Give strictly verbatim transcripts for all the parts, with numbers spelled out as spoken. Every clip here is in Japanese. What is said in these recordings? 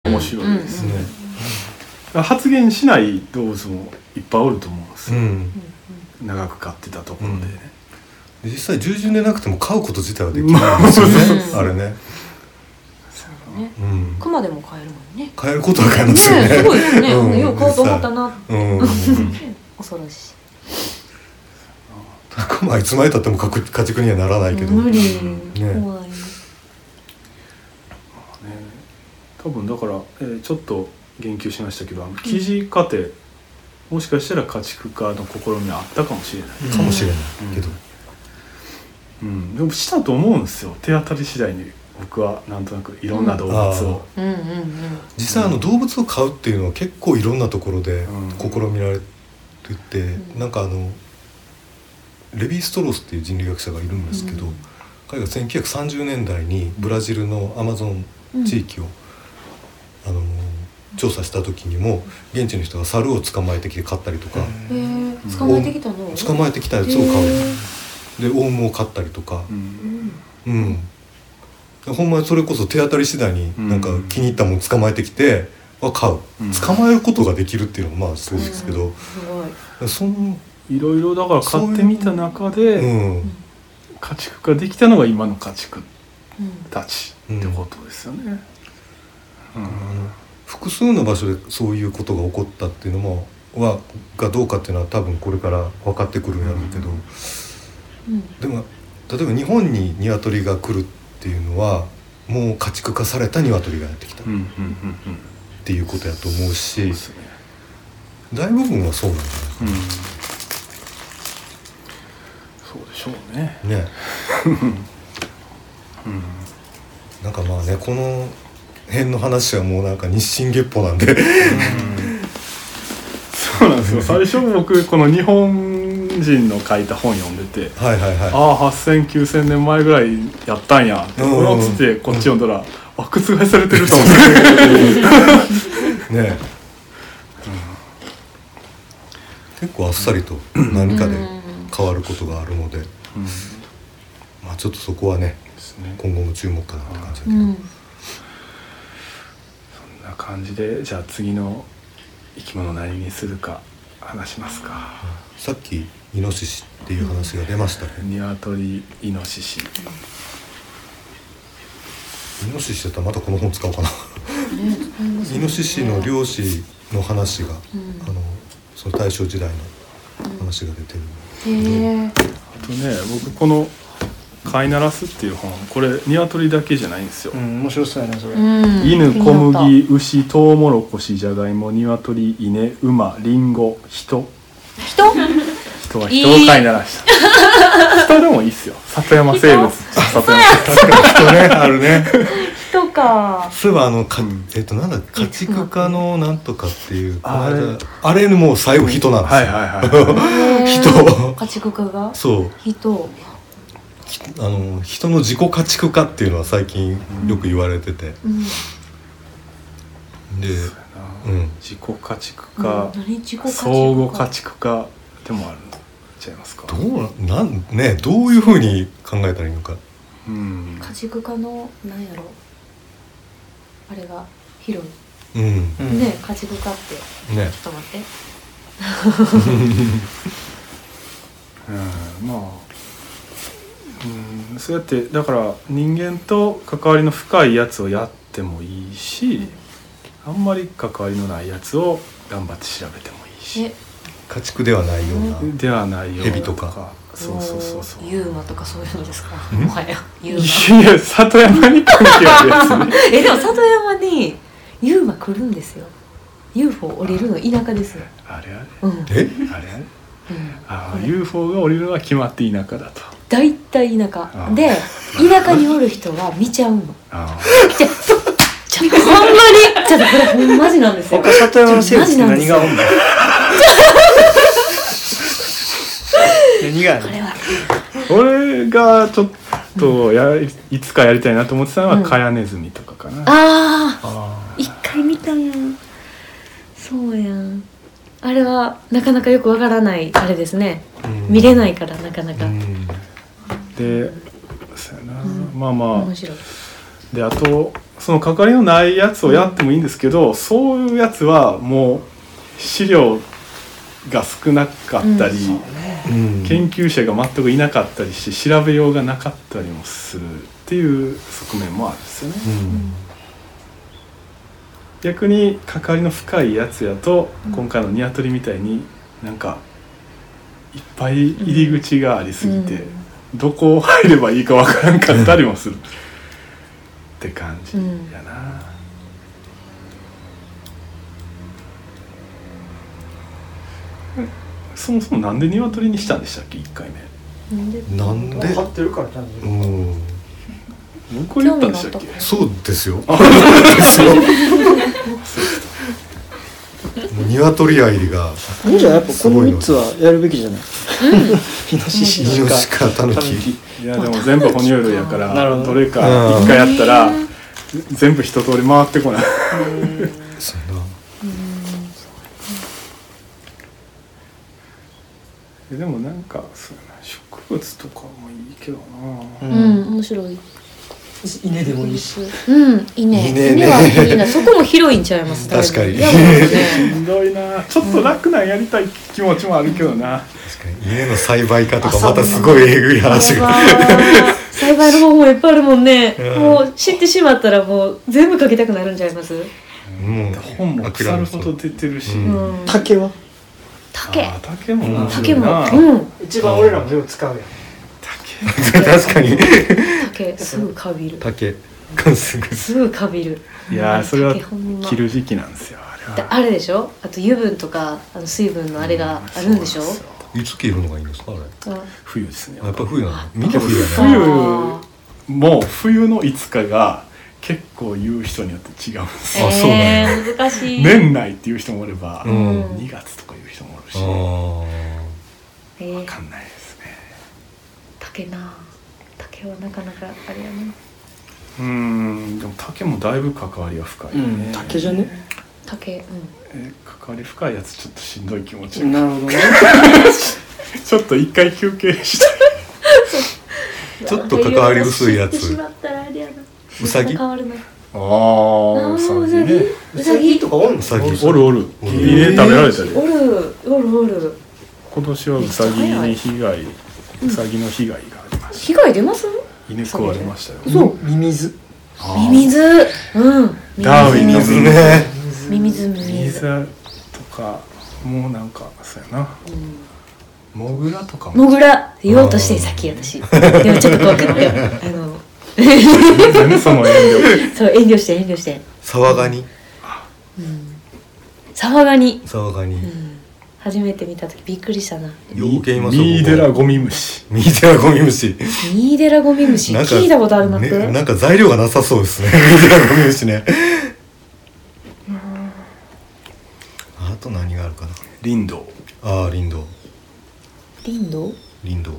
面白いですね、うんうん、発言しない動物もいっぱいおると思うんですよ、うん、長く飼ってたところでね、 うん、実際従順でなくても飼うこと自体はできないんですよね、うん、あれね、 ね、うん、熊でも飼えるもんね。 飼えることは飼えますよね。 ね、すごいですね。うん、よう飼おうと思ったな。うん、恐ろしい。 熊いつまでたっても家畜にはならないけど。 無理。 ね、 怖い。 多分だから、えー、ちょっと言及しましたけど、あのキジ家庭、もしかしたら家畜化の試みはあったかもしれない、 うん、かもしれないけど、 うんうん、でもしたと思うんですよ。手当たり次第に僕はなんとなくいろんな動物を、 うんうんうんうん、 実際あの動物を飼うっていうのは結構いろんなところで試みられてて、うん、なんかあのレヴィ・ストロースっていう人類学者がいるんですけど、うん、彼がせんきゅうひゃくさんじゅうねんだいにブラジルのアマゾン地域を、うん、あの調査した時にも現地の人が猿を捕まえてきて飼ったりとか、 へー、捕まえてきたの？ 捕まえてきたやつを飼う、でオウムを飼ったりとか、うんうんうん、ほんまにそれこそ手当たり次第になんか気に入ったもの捕まえてきては飼う、うん、捕まえることができるっていうのもまあそうですけど、うん、すごい、そのいろいろだから飼ってみた中で、うん、家畜化できたのが今の家畜たちってことですよね、 うんうん、あの複数の場所でそういうことが起こったっていうのもはがどうかっていうのは多分これから分かってくるんやろうけど、うん、でも例えば日本に鶏が来るっていうのはもう家畜化された鶏がやってきたっていうことやと思うし、うんうんうんうん、大部分はそうなんだよね、うん、 そうでしょうね。 ね、うん、なんかまあねこの辺の話はもうなんか日進月歩なんで、うん、 そうなんですよ。最初僕この日本人の書いた本読んでて、はいはいはい、ああはっせんきゅうせんねんまえぐらいやったんやってこのつってこっち読んだら、うん、あ覆されてると思ってね、 うん、結構あっさりと何かで変わることがあるので、うん、まあちょっとそこはね今後も注目かなって感じだけど、うん、 そんな感じでじゃあ次の生き物何にするか話しますか。 さっきイノシシっていう話が出ましたね。 ニワトリイノシシ、イノシシだったらまたこの本使おうかなイノシシの漁師の話が、うん、あのその大正時代の話が出てる、 うん、へあとね僕この飼いならすっていう本これニワトリだけじゃないんですよ、 うん、面白そうやねそれ、うん、 犬、小麦、牛、トウモロコシ、じゃがいも、ニワトリ、稲、馬、リンゴ、人人人は人を飼いならした人でもいいっすよ。里山生物里山確かに人ねあるね人かそういえばあのか、えっとなんだ家畜化のなんとかっていうこの間あれもう最後人なんですよ、はいはいはい、人家畜化がそう人あの人の自己家畜化っていうのは最近よく言われてて、うん、で、 うん、自己家畜化、うん、相互家畜化でもあるんちゃいますか。 どうなんねどういうふうに考えたらいいのか、 うん、家畜化のなんやろあれが広い、うん、ね家畜化ってねちょっと待ってうん、まあうん、そうやってだから人間と関わりの深いやつをやってもいいし、あんまり関わりのないやつを頑張って調べてもいいし、 家畜ではないようなではないような蛇とかそうそうそうそうユーマとかそういうのですかもはやユーマいや里山に関係あるやつねえでも里山にユーマ来るんですよ。 ユーフォー 降りるの田舎ですよ。 あれあれ、 うん、 えあれあれ、うん、あ ユーフォー が降りるのは決まって田舎だと。 だいたい田舎で田舎におる人は見ちゃうの。あじゃちょっとほんまにちょっとこれほんまジなんですよ。 他里山の生物って何がおんの何がこれは俺がちょっとや、うん、いつかやりたいなと思ってたのは、うん、カヤネズミとかかな。 ああ一回見たやん。そうやんあれはなかなかよくわからないあれですね、うん、見れないからなかなか、うんでそうやな、うん、まあまあ面白い。 であとその関わりのないやつをやってもいいんですけど、うん、そういうやつはもう資料が少なかったり、うん、研究者が全くいなかったりして調べようがなかったりもするっていう側面もあるんですよね、うん、逆に関わりの深いやつやと、うん、今回のニワトリみたいになんかいっぱい入り口がありすぎて、うん、どこを入ればいいかわからんかったりもするって感じやな、うん、そもそもなんでニワトリにしたんでしたっけいっかいめ。 なんでなんで飼ってるからじゃん。 うん僕言ったんでしたっけ。 そうですよニワトリ愛がいいんじゃないやっぱこのみっつはやるべきじゃない、うん、イノシシイノシシかタヌキ。 いやでも全部哺乳類やからどれかいっかいやったら全部一通り回ってこない。 そうやな。でもなんかそうやな植物とかもいいけどな。 うん、面白い。 稲でもいいし。 うん、稲。稲ね。稲はいいな。そこも広いんちゃいます。 確かに。 しんどいな。ちょっと楽なんやりたい気持ちもあるけどな。 確かに稲の栽培化とかまたすごいえぐい話が。 栽培の方法いっぱいあるもんね。もう知ってしまったらもう全部かけたくなるんちゃいます。 もう本も腐るほど出てるし。 竹は？ 竹。 竹も。 竹も。 一番俺らも全部使うやん。 確かに竹すぐかびる。 竹すぐすぐかびる。 いやそれは切る時期なんですよ。 あれはあれでしょ。あと油分とかあの水分のあれがあるんでしょ。 いつ切るのがいいんですかあれ。 冬ですね。 やっぱ冬なの。見て冬やね。 冬も冬のいつかが結構言う人によって違うんですよ。 あそうなんや。難しい。 年内っていう人もおればにがつとかいう人もおるし。わかんない。 竹な竹はなかなかあれやね。 うーんでも竹もだいぶ関わりが深いよね、 うん、竹じゃね竹、うん、 え関わり深いやつちょっとしんどい気持ち。 なるほどねちょっと一回休憩したいちょっと関わり薄いやつ。うさぎ。 ああうさぎね。 うさぎとかおるの。 うさぎおるおる。いいね食べられたり。 おるおるおる。 今年はうさぎに被害うさぎの被害がありました。 被害出ます？ 犬食われましたよ。 そう。 ミミズ。 ミミズ。うん。 ダーウィンのミミズね。 ミミズミミミズとかもうなんかそうやな。モグラとかも。 モグラ言おうとしてさっき私。でもちょっと怖くてあの。 何その遠慮。 そう遠慮して遠慮して。 サワガニ。 サワガニ。 サワガニ。 初めて見た時びっくりしたな。 ミイデラゴミムシ。 ミイデラゴミムシ。 ミイデラゴミムシ聞いたことあるなって。 なんか材料がなさそうですね。ミイデラゴミムシね。あと何があるかな。 リンドウ。 ああリンドウ。 リンドウ？ リンドウ。うん。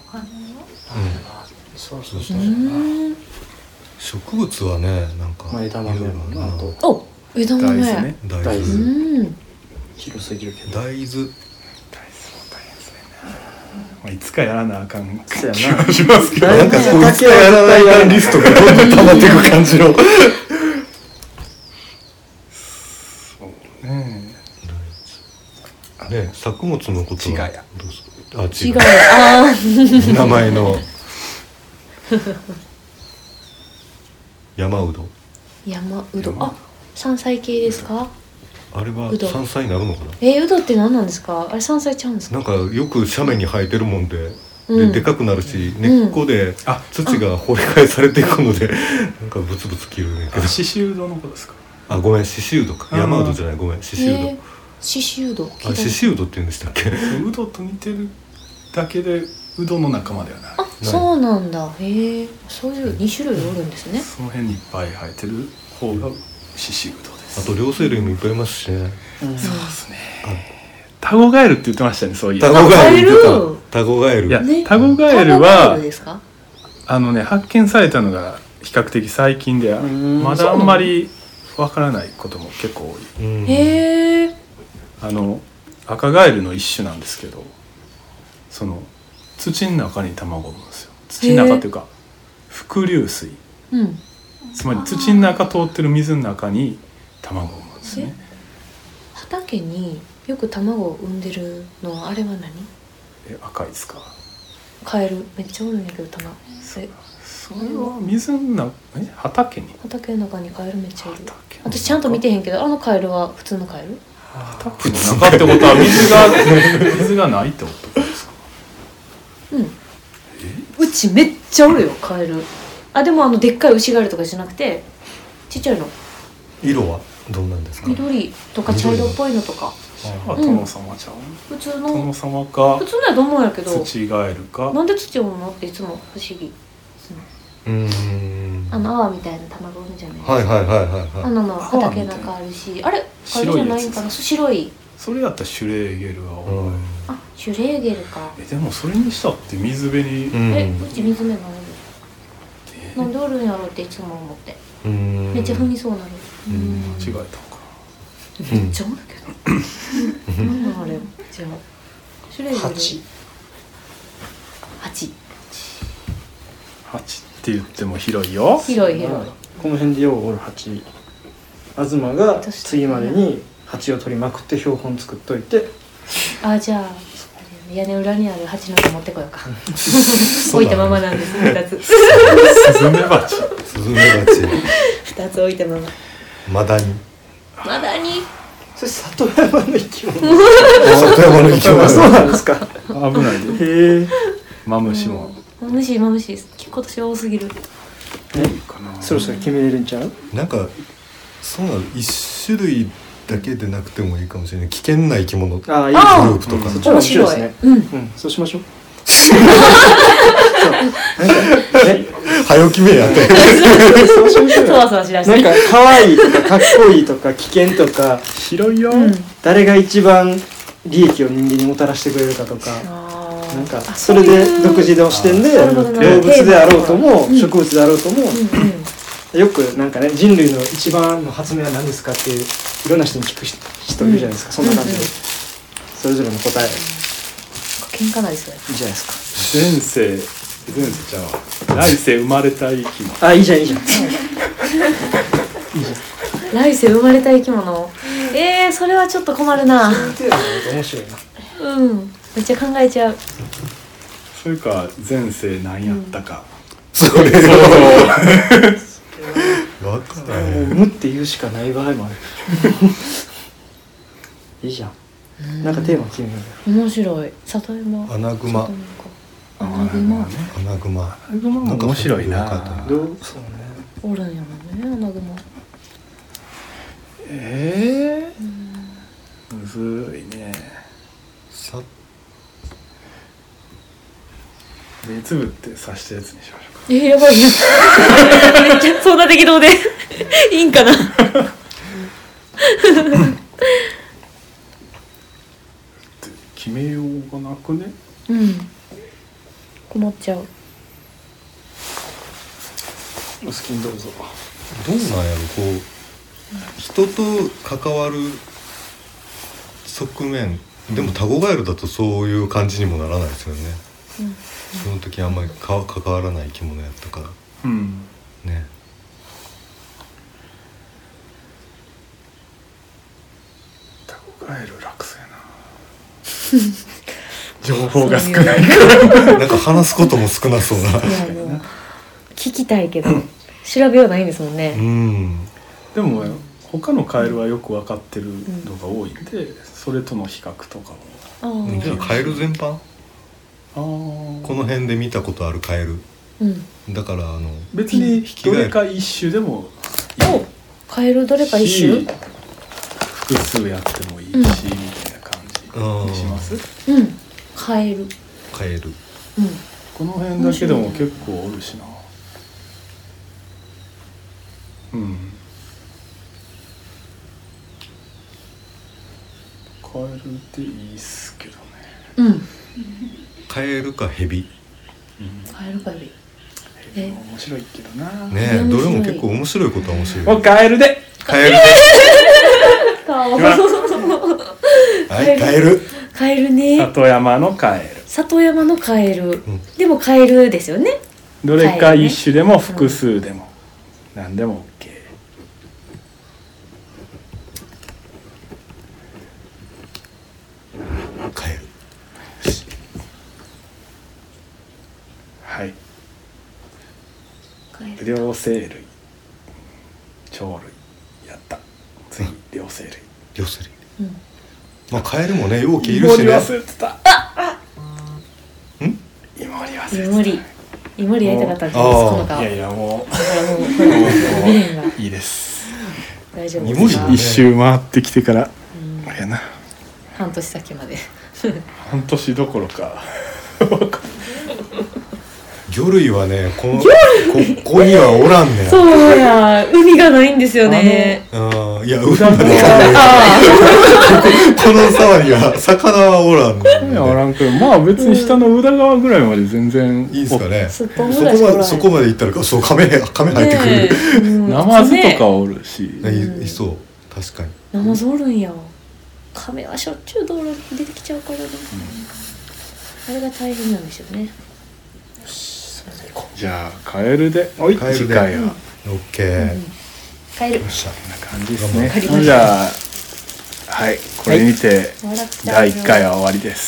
そうそうそう。 植物はねなんか。 枝豆もなあと。 お枝豆。 大豆ね。大豆。うん。 広すぎるけど。 大豆。大豆も大変ですね。まあいつかやらなあかん気がしますけど。なんかそういつかやらないかんリストがどんどん溜まっていく感じの。そうね。ね作物のことは。 違いや。 あ違う。あ名前の。山うど。 山うど。あ山菜系ですか。 あれは山菜になるのかな。 えー、うどって何なんですか。あれ山菜ちゃうんですか。 なんかよく斜面に生えてるもんで、うん、で, でかくなるし、根っこで土が掘り返されていくので、なんかブツブツ切るねんけど。 ししうどのことですか。 あごめんししうどか。山うどじゃないごめんししうど。えー、 ししうど。 あししうどって言うんでしたっけ。 うどと似てるだけでうどの仲間ではない。 あそうなんだ。へえそういうに種類おるんですね。 その辺にいっぱい生えてる方がししうどです。 あと両生類もいっぱいいますしね。 うん、そうですね。タゴガエルって言ってましたねそういう。タゴガエル。タゴガエル。 いや、ね、タゴガエルはあのね発見されたのが比較的最近でまだあんまりわからないことも結構多い。 へえ。 あの赤ガエルの一種なんですけど、その土の中に卵を産むんですよ。土の中っていうか伏流水つまり土の中通ってる水の中に卵を産むんですね。 畑によく卵を産んでるのはあれは何？ え赤いですか？ カエルめっちゃおるんやけど卵。 そ, それは水の中え畑に畑の中にカエルめっちゃいる。私ちゃんと見てへんけどあのカエルは普通のカエル？ 畑の中ってことは水が水がないってことですか？ うんうちめっちゃおるよカエル。あでもあのでっかい牛ガエルとかじゃなくてちっちゃいの。 色はどうなんですか？ 緑とか茶色っぽいのとか。 あ、殿様ちゃう？ 普通の殿様か普通のやと思うんやけど土ガエルか。 なんで土を産むのっていつも不思議。 うーんあの泡みたいな卵産むじゃないですか。 はいはいはいはいはい。 あのの畑の中あるし、あれカエルじゃないんかな。白い。 それやったらシュレーゲルは多い、うん、 あシュレーゲルか。 えでもそれにしたって水辺に、 うん、えうち水辺なんで、えー、なんでおるんやろうっていつも思って。うんめっちゃ踏みそうなの。 うん間違えたのかな。めっちゃおるけど。なんだあれじゃあシュレーゲル。 八。 八。 八って言っても広いよ。 広い広い。 この辺でようおる八。東が次までに蜂を取りまくって標本作っといて。 あじゃあ屋根裏にある蜂の子持ってこようか。置いたままなんです二つ。 スズメバチ。 スズメバチ。 二つ置いたまま。 マダニ。 マダニ。 それ里山の生き物。 里山の生き物。 そうなんですか。 危ないで。 へえ。 マムシも。 マムシマムシ今年は多すぎる。 ね、そろそろ決めれるんちゃう？ なんかそんな一種類だけでなくてもいいかもしれない。危険な生き物グループとか。 そっちは面白いですね。うん、うん、そうしましょう。 早起き目やって。 そうしましょう。そわそわしだして。 なんか可愛いとかかっこいいとか危険とか広いよ、うん。 誰が一番利益を人間にもたらしてくれるかとか。なんかそれで独自の視点で動物であろうとも植物であろうともよくなんかね人類の一番の発明は何ですかっていういろんな人に聞く人いるじゃないですか。そんな感じでそれぞれの答え喧嘩ないですよ。 いいじゃないですか。 前世前世ちゃう来世生まれた生き物。 あいいじゃんいいじゃんいいじゃん。来世生まれた生き物。えーそれはちょっと困るな。 面白いな。 うんめっちゃ考えちゃう。 それか前世何やったか、 うん、それを分からない。無って言うしかない場合もある。いいじゃん。なんかテーマ決めようよ。 面白い。里山。 アナグマ。 アナグマ。 アナグマ。 アナグマ面白いな。 どうそうね。 おるんやもんねアナグマ。 ええー。むずいね。 さ。 目つぶって刺したやつにしましょうか。 えー、やばいやめっちゃそんな適当でいいんかな。 決めようがなくね。 うん困っちゃう。 お好きにどうぞ。 どうなんやろこう人と関わる側面でもタゴガエルだとそういう感じにもならないですよね、うん、その時あんまりか関わらない生き物やったから、うん、ね。 タゴガエル楽そうやな。情報が少ないからなんか話すことも少なそうな。いやもう聞きたいけど調べようないんですもんね、うん、 でも他のカエルはよく分かってるのが多いんで、うん、それとの比較とかも。 じゃあカエル全般あこの辺で見たことあるカエル、うん、だからあの別にどれか一種でもいい。 カエルどれか一種複数やってもいいし、うん、みたいな感じにします。 うんカエルカエル、うん、 この辺だけでも結構おるしな。うんカエルでいいっすけどね。 うんカエルかヘビ、 うん、カエルかヘビヘビも面白いけどな。 ねえどれも結構面白いことは面白い。 もうカエルでカエルではいカエルカエルね。 里山のカエル里山のカエル、うん、でもカエルですよね。 どれか一種でも複数でも、 何でも OK。 カエル。 はい。両生類、鳥類やった。次、うん、両生類。 両生類。うん、まあカエルもね、容器いるしね。 イモリ忘れてた。ああ。ん？イモリ忘れてた。 イモリ。イモリやりたかったんです。この顔。 いやいやもう。 だからもうこれもう未練が。 いいです。 大丈夫ですか。 一周回ってきてから。うん、あれやな。 半年先まで。 半年どころか。 魚類はね、このここにはおらんねん。 そうや、海がないんですよね。 ああ、いや海までこの沢には魚はおらんねん。 おらんけど、まあ別に下の宇田川ぐらいまで全然いいですかね。 そこまでそこまで行ったらそうカメカメ入ってくる。 ナマズとかおるし。 いそう確かに。 ナマズおるんや。カメはしょっちゅう道路に出てきちゃうからね。あれが大変なんでしょうね。 じゃあカエルでおい次回は OK。カエル。 こんな感じですね。じゃあはいこれにてだいいっかいは終わりです。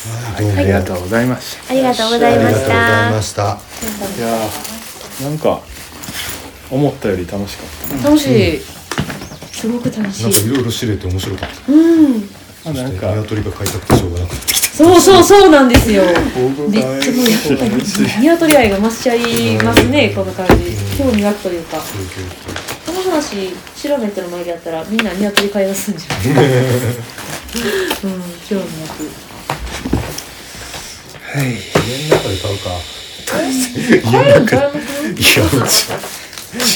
ありがとうございました。 ありがとうございました。 ありがとうございました。 いやなんか思ったより楽しかった。 楽しい。すごく楽しい。 なんかいろいろ知れて面白かった。 うん。 なんか鶏が飼いたくてしょうがなくて。 そうそうそうなんですよ。めっちゃもう鶏愛が増しちゃいますね、この感じ。興味湧くというか。この話調べてる前でやったらみんな鶏飼い出すんじゃない。うん、興味湧く。 はい。家の中で買うか。 飼えるんちゃいます？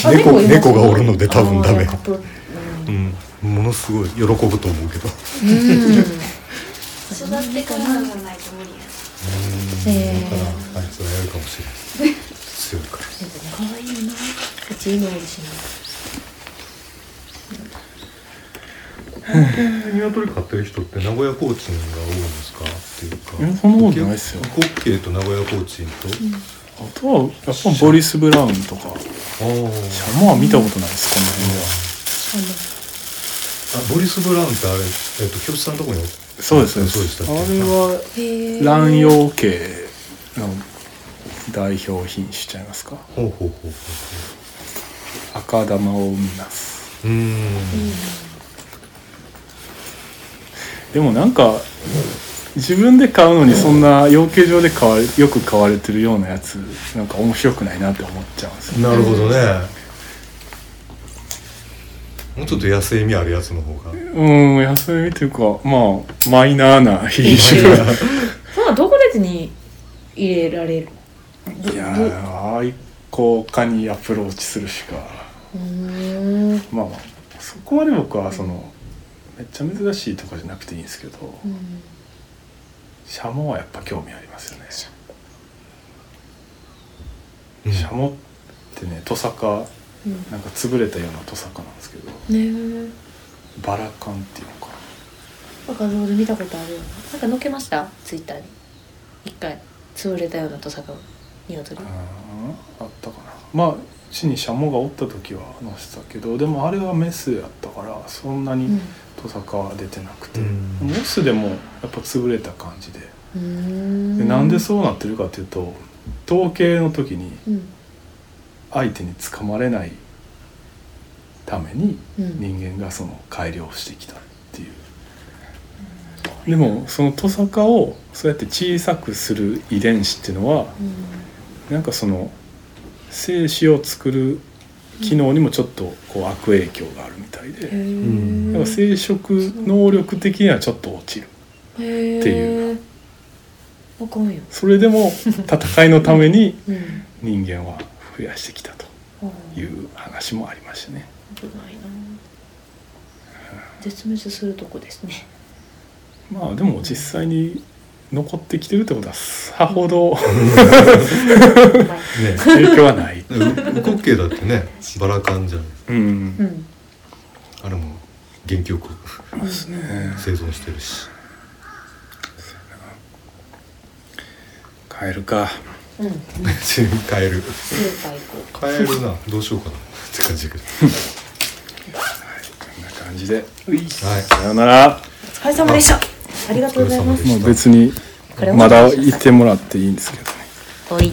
いや、猫猫がおるので多分ダメ。うん、ものすごい喜ぶと思うけど。 育ってからがないと無理や。 うん。だからあいつはやるかもしれない。強いから。 可愛いな。うち今おるしな。鶏飼ってる人って名古屋コーチンが多いんですかっていうか。 いやそんなことないですよ。 ホッケーと名古屋コーチンと。 あとはやっぱボリス・ブラウンとか。シャモは見たことないです、この辺では。 あ、ボリス・ブラウンってあれ、えっと、教室さんのとこにそうですそうです。あれは蘭葉系の代表品種ちゃいますか。 ほうほうほうほう。 赤玉を生みます。うーん。でもなんか自分で買うのにそんな養鶏場で買われよく買われてるようなやつなんか面白くないなって思っちゃうんですよ。 なるほどね。もうちょっと野生味あるやつの方が。 うん野生味というかまあマイナーな品種そんなどこで手に入れられる？ いや愛好家にアプローチするしか。うーんまあそこまで僕はそのめっちゃ珍しいとかじゃなくていいんですけど、うん、シャモはやっぱ興味ありますよね。うん、シャモってねトサカなんか潰れたようなトサカなんですけど、ね、バラカンっていうのかな。画像で見たことあるような。なんか載けましたツイッターに一回潰れたようなトサカ鶏。 ああったかな。まあうちにシャモがおった時は載せたけどでもあれはメスやったからそんなにトサカは出てなくて、うん、オスでもやっぱ潰れた感じで、うーんでなんでそうなってるかっていうと統計の時に相手に掴まれないために人間がその改良してきたっていう、うん、でもそのトサカをそうやって小さくする遺伝子っていうのは、うん、なんかその精子を作る機能にもちょっとこう悪影響があるみたいで、うん、だから生殖能力的にはちょっと落ちるっていう。それでも戦いのために人間は増やしてきたという話もありましたね。 危ないな。絶滅するとこですね。 まあでも実際に残ってきてるってことはさほど影響はない。 ウコッケイだってねバラカンじゃないですか、うんうん、あれも元気よく生存してるし。 帰るか。 うん変えるスーパー行こ変えるなどうしようかなって感じだけどこんな感じで、 はい、 さようなら。 お疲れ様でした。ありがとうございます。 もう別にまだ行ってもらっていいんですけどね。 はい。